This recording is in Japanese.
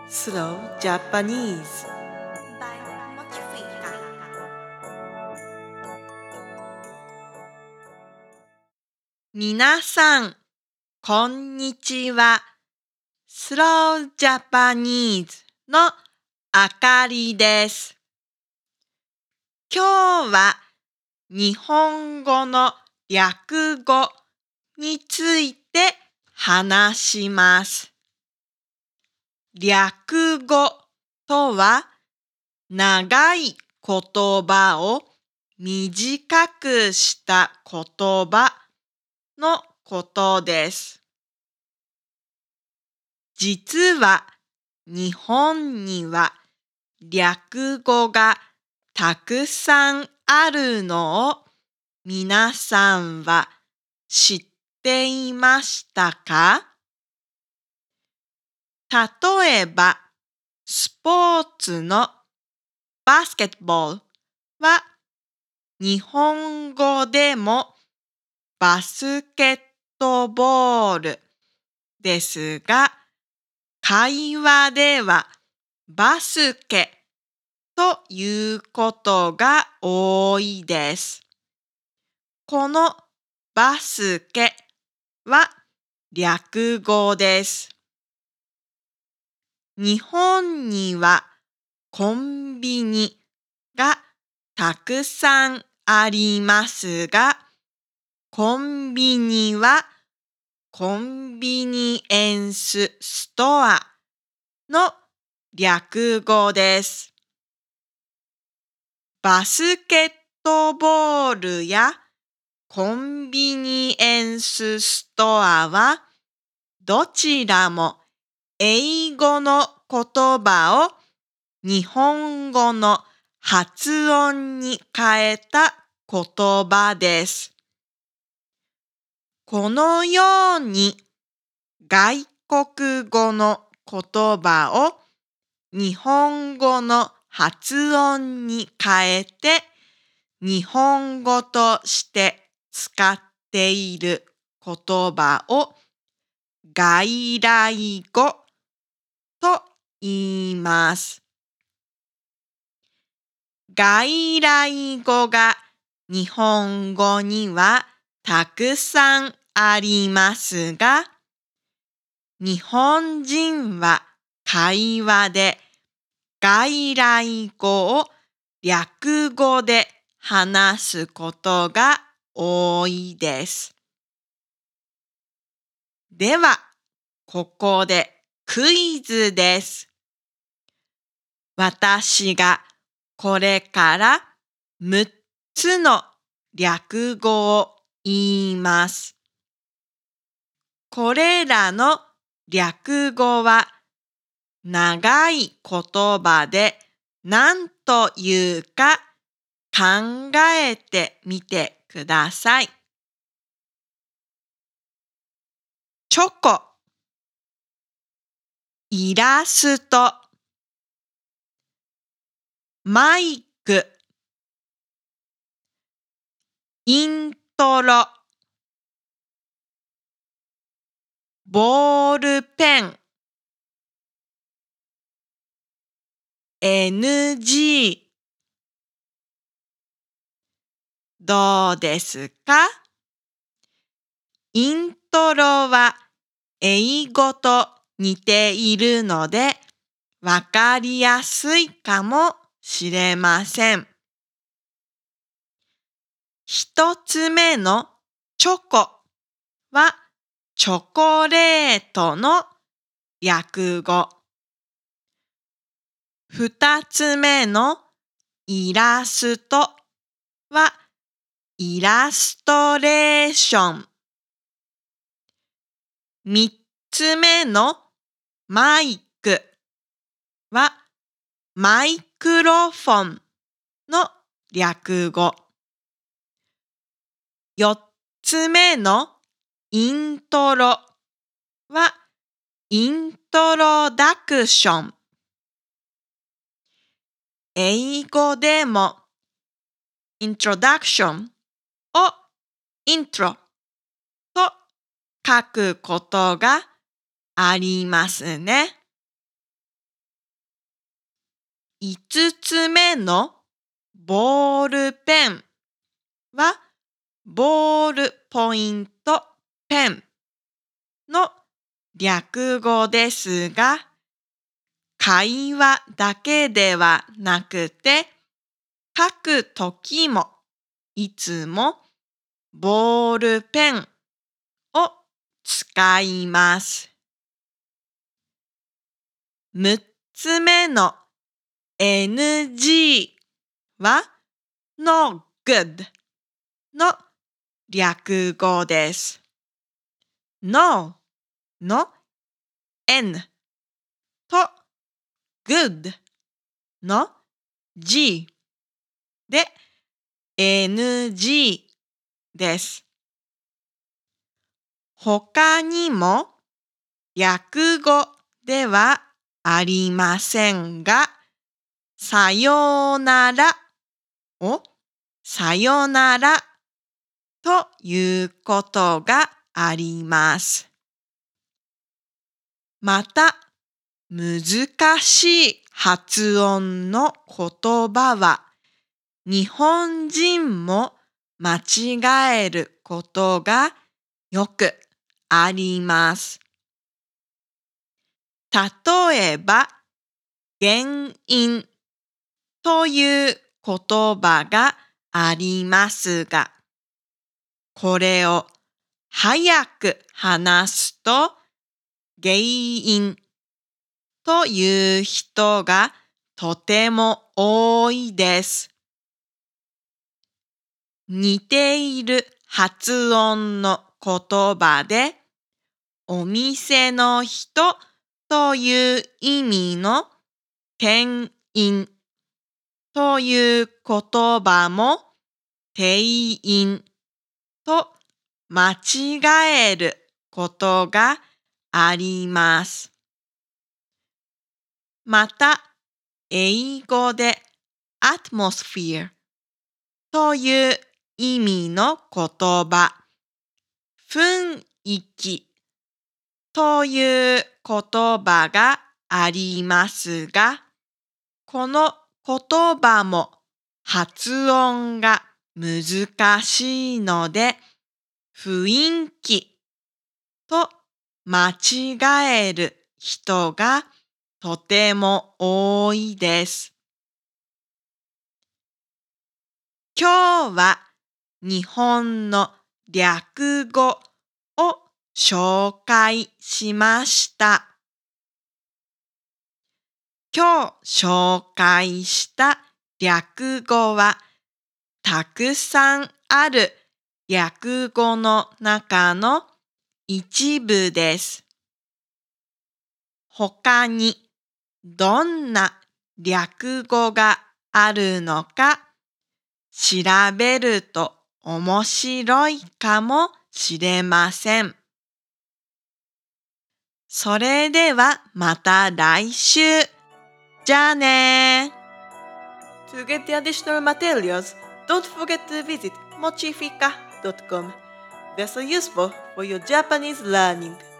Slow Japanese. by Mochifika. 皆さん、こんにちは。Slow Japanese のあかりです。今日は日本語の略語について話します。略語とは、長い言葉を短くした言葉のことです。実は日本には略語がたくさんあるのを皆さんは知っていましたか？例えば、スポーツのバスケットボールは日本語でもバスケットボールですが、会話ではバスケということが多いです。このバスケは略語です。日本にはコンビニがたくさんありますが、コンビニはコンビニエンスストアの略語です。バスケットボールやコンビニエンスストアはどちらも英語の言葉を日本語の発音に変えた言葉です。このように外国語の言葉を日本語の発音に変えて日本語として使っている言葉を外来語と言います。外来語が日本語にはたくさんありますが、日本人は会話で外来語を略語で話すことが多いです。では、ここでクイズです。私がこれから6つの略語を言います。これらの略語は長い言葉で何というか考えてみてください。チョコ、イラスト、マイク、イントロ、ボールペン、NG。どうですか？イントロは英語と似ているのでわかりやすいかもしれません。一つ目のチョコはチョコレートの略語。二つ目のイラストはイラストレーション。三つ目のマイクはマイクロフォンの略語。四つ目のイントロはイントロダクション。英語でもイントロダクションをイントロと書くことがありますね。 5つ目のボールペンはボールポイントペンの略語ですが、会話だけではなくて、書くときもいつもボールペンを使います。6つ目の NG は No good の略語です。No の N と good の G で NG です。他にも略語ではありませんが、さようならをさよならということがあります。また、難しい発音の言葉は日本人も間違えることがよくあります。例えば、原因という言葉がありますが、これを早く話すと、原因という人がとても多いです。似ている発音の言葉で、お店の人という意味の店員という言葉も店員と間違えることがあります。また、英語で atmosphere という意味の言葉、雰囲気という言葉がありますが、この言葉も発音が難しいので、雰囲気と間違える人がとても多いです。今日は日本の略語を紹介しました。今日紹介した略語はたくさんある略語の中の一部です。他にどんな略語があるのか調べると面白いかもしれません。それではまた来週。じゃあねー。 To get the additional materials, don't forget to visit mochifika.com. They're so useful for your Japanese learning.